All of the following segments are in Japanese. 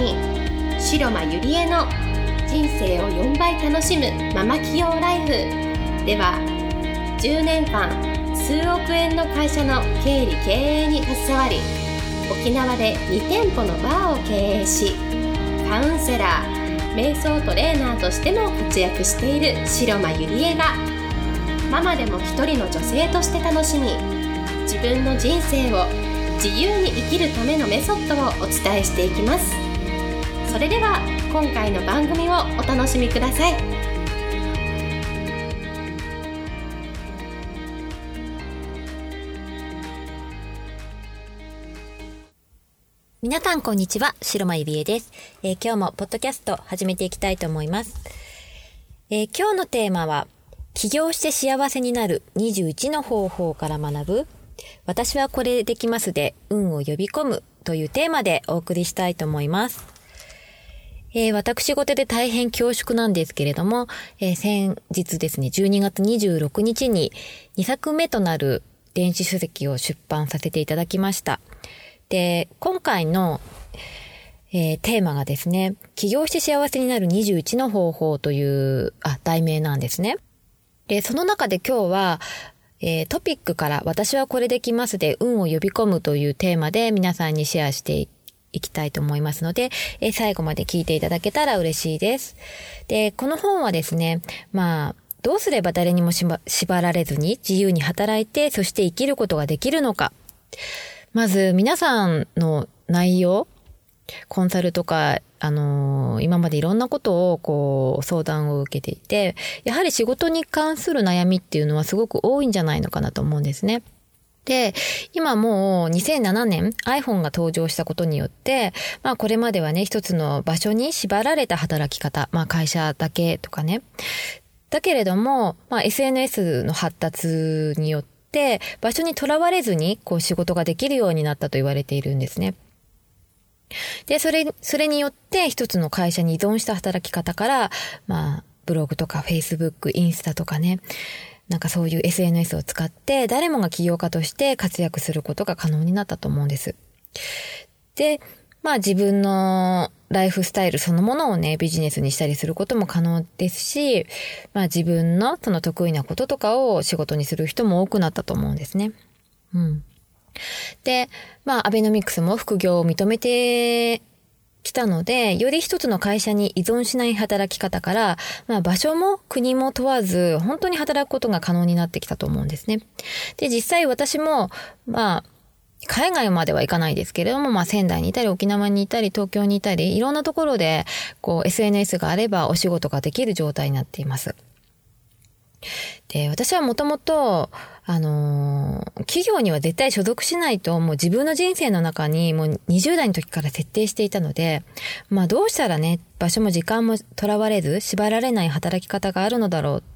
に白間ゆりえの人生を4倍楽しむママ起業ライフでは、10年間数億円の会社の経理経営に携わり、沖縄で2店舗のバーを経営し、カウンセラー、瞑想トレーナーとしても活躍している白間ゆりえが、ママでも一人の女性として楽しみ、自分の人生を自由に生きるためのメソッドをお伝えしていきます。それでは今回の番組をお楽しみください。 皆さんこんにちは、白間ゆりえです。今日もポッドキャスト始めていきたいと思います。今日のテーマは、起業して幸せになる21の方法から学ぶ私はこれできますで運を呼び込むというテーマでお送りしたいと思います。私事で大変恐縮なんですけれども、先日ですね、12月26日に2作目となる電子書籍を出版させていただきました。で、今回の、テーマがですね、起業して幸せになる21の方法という題名なんですね。で、その中で今日は、トピックから私はこれできますで運を呼び込むというテーマで皆さんにシェアしていきたいと思いますので、最後まで聞いていただけたら嬉しいです。で、この本はですね、どうすれば誰にも縛られずに自由に働いて、そして生きることができるのか。まず皆さんの内容、コンサルとか、今までいろんなことを相談を受けていて、やはり仕事に関する悩みっていうのはすごく多いんじゃないのかなと思うんですね。で、今もう2007年 iPhone が登場したことによって、これまではね、一つの場所に縛られた働き方、会社だけとかね。だけれども、SNS の発達によって、場所にとらわれずに仕事ができるようになったと言われているんですね。で、それによって一つの会社に依存した働き方から、ブログとか Facebook、インスタとかね、そういう SNS を使って誰もが起業家として活躍することが可能になったと思うんです。で、自分のライフスタイルそのものをね、ビジネスにしたりすることも可能ですし、自分のその得意なこととかを仕事にする人も多くなったと思うんですね。で、アベノミクスも副業を認めてきたので、より一つの会社に依存しない働き方から、場所も国も問わず、本当に働くことが可能になってきたと思うんですね。で、実際私も、海外までは行かないですけれども、仙台にいたり、沖縄にいたり、東京にいたり、いろんなところで、SNS があればお仕事ができる状態になっています。で、私はもともと、企業には絶対所属しないと、もう自分の人生の中にもう20代の時から設定していたので、どうしたらね、場所も時間もとらわれず、縛られない働き方があるのだろうって、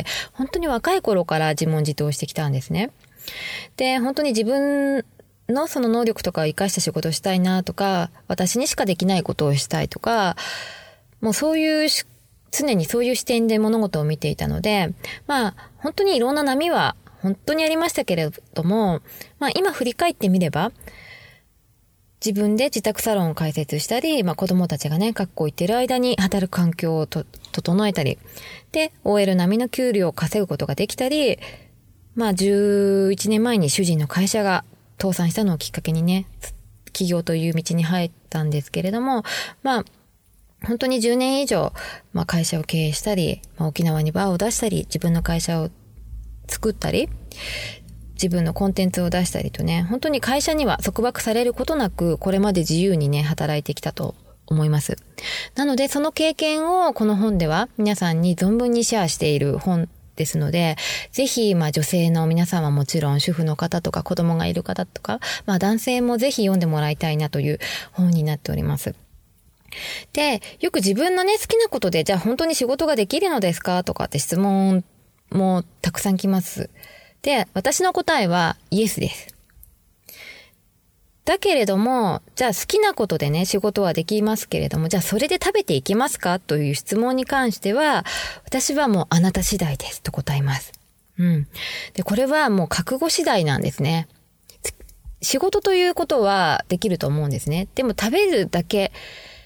本当に若い頃から自問自答してきたんですね。で、本当に自分のその能力とかを生かした仕事をしたいなとか、私にしかできないことをしたいとか、もうそういう常にそういう視点で物事を見ていたので、本当にいろんな波は本当にありましたけれども、今振り返ってみれば、自分で自宅サロンを開設したり、子供たちがね、学校行ってる間に働く環境を整えたり、で、OL 並みの給料を稼ぐことができたり、11年前に主人の会社が倒産したのをきっかけにね、起業という道に入ったんですけれども、本当に10年以上、会社を経営したり、沖縄にバーを出したり、自分の会社を作ったり、自分のコンテンツを出したりとね、本当に会社には束縛されることなく、これまで自由にね、働いてきたと思います。なので、その経験をこの本では皆さんに存分にシェアしている本ですので、ぜひ、女性の皆さんはもちろん、主婦の方とか子供がいる方とか、男性もぜひ読んでもらいたいなという本になっております。で、よく自分のね、好きなことで、じゃあ本当に仕事ができるのですかとかって質問もたくさん来ます。で、私の答えはイエスです。だけれども、じゃあ好きなことでね、仕事はできますけれども、じゃあそれで食べていけますかという質問に関しては、私はもうあなた次第ですと答えます。で、これはもう覚悟次第なんですね。仕事ということはできると思うんですね。でも食べるだけ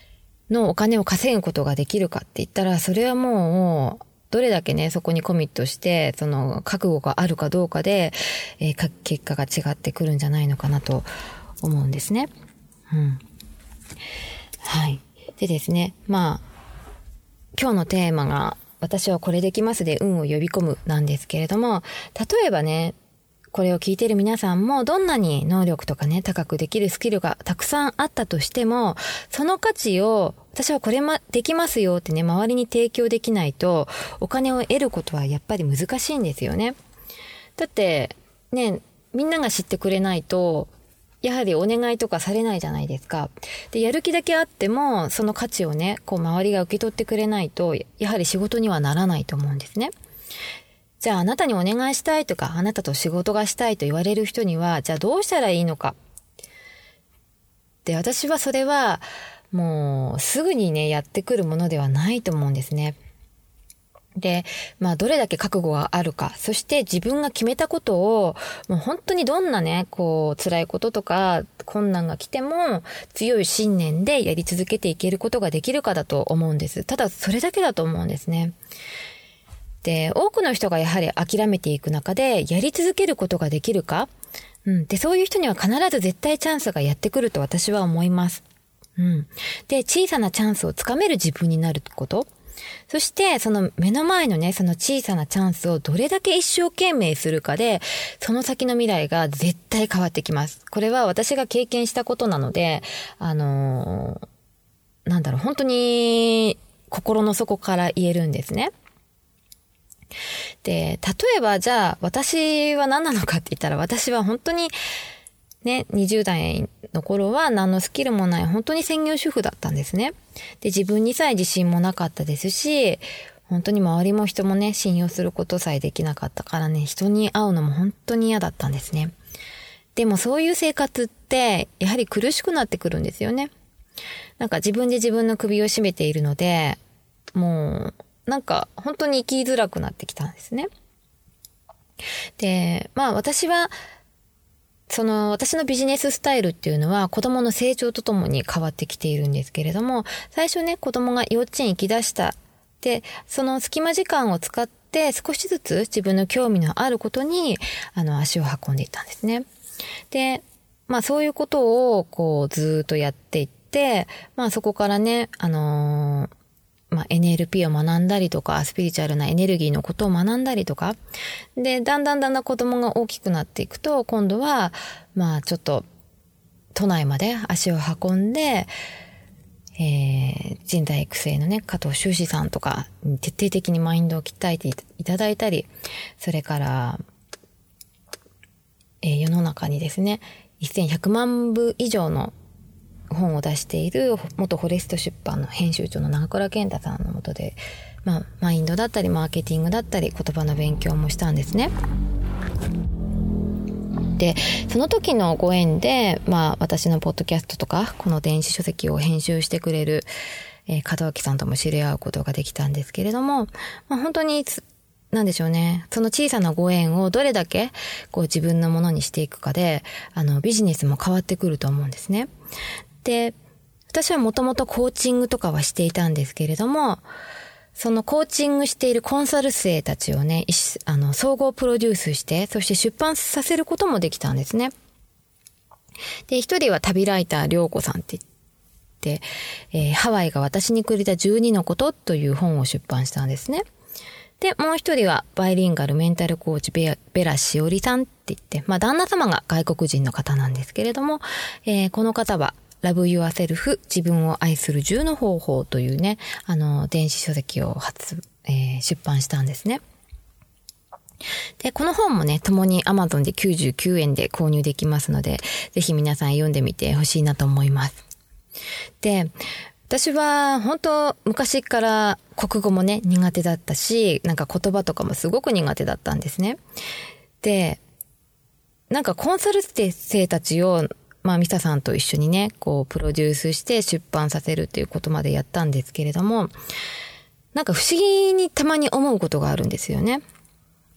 のお金を稼ぐことができるかって言ったら、それはもうどれだけねそこにコミットしてその覚悟があるかどうかで、結果が違ってくるんじゃないのかなと思うんですね。はい。でですね、今日のテーマが私はこれできますで運を呼び込むなんですけれども、例えばね、これを聞いている皆さんもどんなに能力とかね高くできるスキルがたくさんあったとしても、その価値を私はこれできますよってね周りに提供できないとお金を得ることはやっぱり難しいんですよね。だってね、みんなが知ってくれないとやはりお願いとかされないじゃないですか。で、やる気だけあってもその価値をね周りが受け取ってくれないとやはり仕事にはならないと思うんですね。じゃああなたにお願いしたいとかあなたと仕事がしたいと言われる人にはじゃあどうしたらいいのか。で、私はそれはもうすぐにねやってくるものではないと思うんですね。で、どれだけ覚悟があるか、そして自分が決めたことをもう本当にどんなね辛いこととか困難が来ても強い信念でやり続けていけることができるかだと思うんです。ただそれだけだと思うんですね。で、多くの人がやはり諦めていく中でやり続けることができるか、で、そういう人には必ず絶対チャンスがやってくると私は思います。で、小さなチャンスをつかめる自分になること。そしてその目の前のねその小さなチャンスをどれだけ一生懸命するかでその先の未来が絶対変わってきます。これは私が経験したことなので本当に心の底から言えるんですね。で、例えばじゃあ私は何なのかって言ったら、私は本当にね20代の頃は何のスキルもない本当に専業主婦だったんですね。で、自分にさえ自信もなかったですし、本当に周りも人もね信用することさえできなかったからね、人に会うのも本当に嫌だったんですね。でもそういう生活ってやはり苦しくなってくるんですよね。自分で自分の首を絞めているので、もう本当に生きづらくなってきたんですね。で、私は私のビジネススタイルっていうのは子供の成長とともに変わってきているんですけれども、最初ね子供が幼稚園行き出したで、その隙間時間を使って少しずつ自分の興味のあることに足を運んでいったんですね。で、そういうことをずっとやっていって、そこからねNLP を学んだりとか、スピリチュアルなエネルギーのことを学んだりとか。で、だんだん子供が大きくなっていくと、今度は、ちょっと、都内まで足を運んで、人材育成のね、加藤修士さんとか、徹底的にマインドを鍛えていただいたり、それから、世の中にですね、1100万部以上の本を出している元フォレスト出版の編集長の長倉健太さんの下で、マインドだったりマーケティングだったり言葉の勉強もしたんですね。で、その時のご縁で、私のポッドキャストとかこの電子書籍を編集してくれる、門脇さんとも知り合うことができたんですけれども、本当になんでしょうね。その小さなご縁をどれだけ自分のものにしていくかで、ビジネスも変わってくると思うんですね。で、私はもともとコーチングとかはしていたんですけれども、そのコーチングしているコンサル生たちをね、総合プロデュースして、そして出版させることもできたんですね。で、一人は旅ライター涼子さんって言って、ハワイが私にくれた12のことという本を出版したんですね。で、もう一人はバイリンガルメンタルコーチベラしおりさんって言って、旦那様が外国人の方なんですけれども、この方はLove Yourself 自分を愛する10の方法というね、電子書籍を出版したんですね。で、この本もね、共に Amazon で99円で購入できますので、ぜひ皆さん読んでみてほしいなと思います。で、私は本当昔から国語もね苦手だったし、言葉とかもすごく苦手だったんですね。で、コンサル生たちをミサさんと一緒にねプロデュースして出版させるっていうことまでやったんですけれども、不思議にたまに思うことがあるんですよね。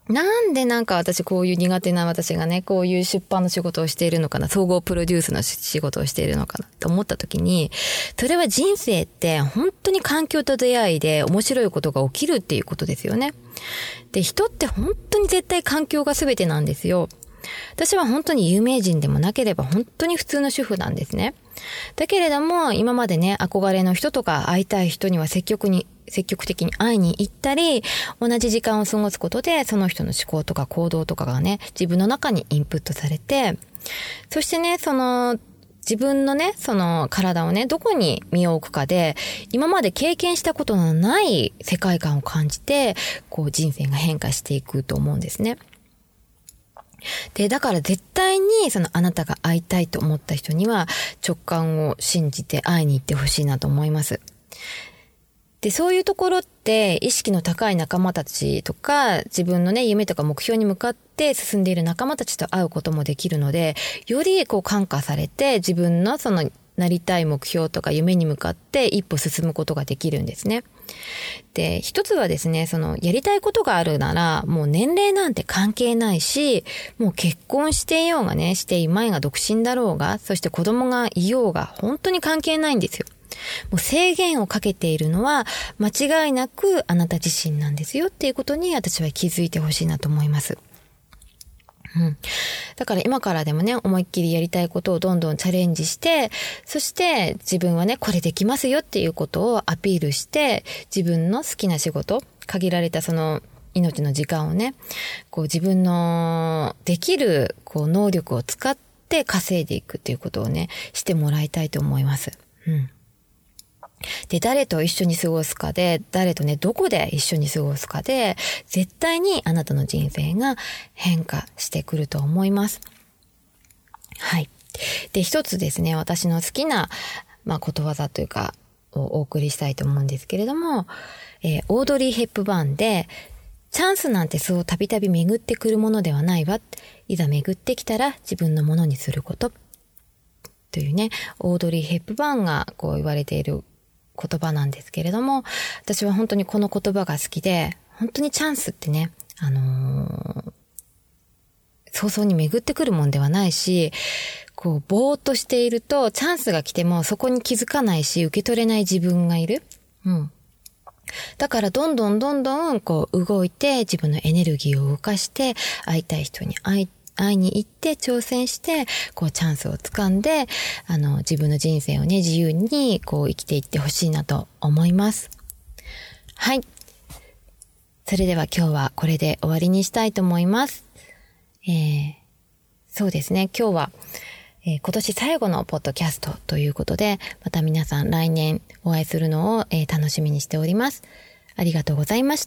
なんで私こういう苦手な私がね、こういう出版の仕事をしているのかな、総合プロデュースの仕事をしているのかなと思った時に、それは人生って本当に環境と出会いで面白いことが起きるっていうことですよね。で、人って本当に絶対環境が全てなんですよ。私は本当に有名人でもなければ本当に普通の主婦なんですね。だけれども今までね、憧れの人とか会いたい人には積極的に会いに行ったり、同じ時間を過ごすことでその人の思考とか行動とかがね、自分の中にインプットされて、そしてね、自分のね、体をね、どこに身を置くかで、今まで経験したことのない世界観を感じて、人生が変化していくと思うんですね。で、だから絶対にあなたが会いたいと思った人には直感を信じて会いに行ってほしいなと思います。で、そういうところって意識の高い仲間たちとか、自分のね、夢とか目標に向かって進んでいる仲間たちと会うこともできるので、より感化されて自分のなりたい目標とか夢に向かって一歩進むことができるんですね。で、一つはですね、やりたいことがあるなら、もう年齢なんて関係ないし、もう結婚していようがね、していまいが独身だろうが、そして子供がいようが、本当に関係ないんですよ。もう制限をかけているのは、間違いなくあなた自身なんですよっていうことに私は気づいてほしいなと思います。だから今からでもね、思いっきりやりたいことをどんどんチャレンジして、そして自分はね、これできますよっていうことをアピールして、自分の好きな仕事、限られた命の時間をね、自分のできる能力を使って稼いでいくっていうことをね、してもらいたいと思います。で、誰と一緒に過ごすかで、誰とね、どこで一緒に過ごすかで、絶対にあなたの人生が変化してくると思います。はい。で、一つですね、私の好きな、ことわざというか、をお送りしたいと思うんですけれども、オードリー・ヘップバーンで、チャンスなんてそうたびたび巡ってくるものではないわ。いざ巡ってきたら自分のものにすること。というね、オードリー・ヘップバーンが言われている言葉なんですけれども、私は本当にこの言葉が好きで、本当にチャンスってね、早々に巡ってくるもんではないし、ぼーっとしているとチャンスが来てもそこに気づかないし、受け取れない自分がいる。だからどんどん動いて自分のエネルギーを動かして会いたい人に会いに行って挑戦してチャンスを掴んで自分の人生をね自由に生きていってほしいなと思います。はい。それでは今日はこれで終わりにしたいと思います。そうですね。今日は、今年最後のポッドキャストということで、また皆さん来年お会いするのを、楽しみにしております。ありがとうございました。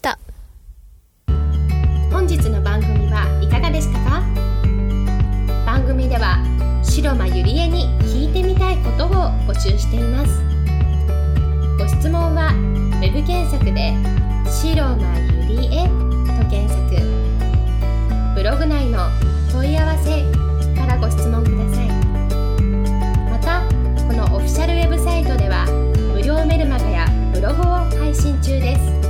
本日の番組はいかがでしたか？番組では白間ゆりえに聞いてみたいことを募集しています。ご質問はウェブ検索で白間ゆりえと検索、ブログ内の問い合わせからご質問ください。またこのオフィシャルウェブサイトでは無料メルマガやブログを配信中です。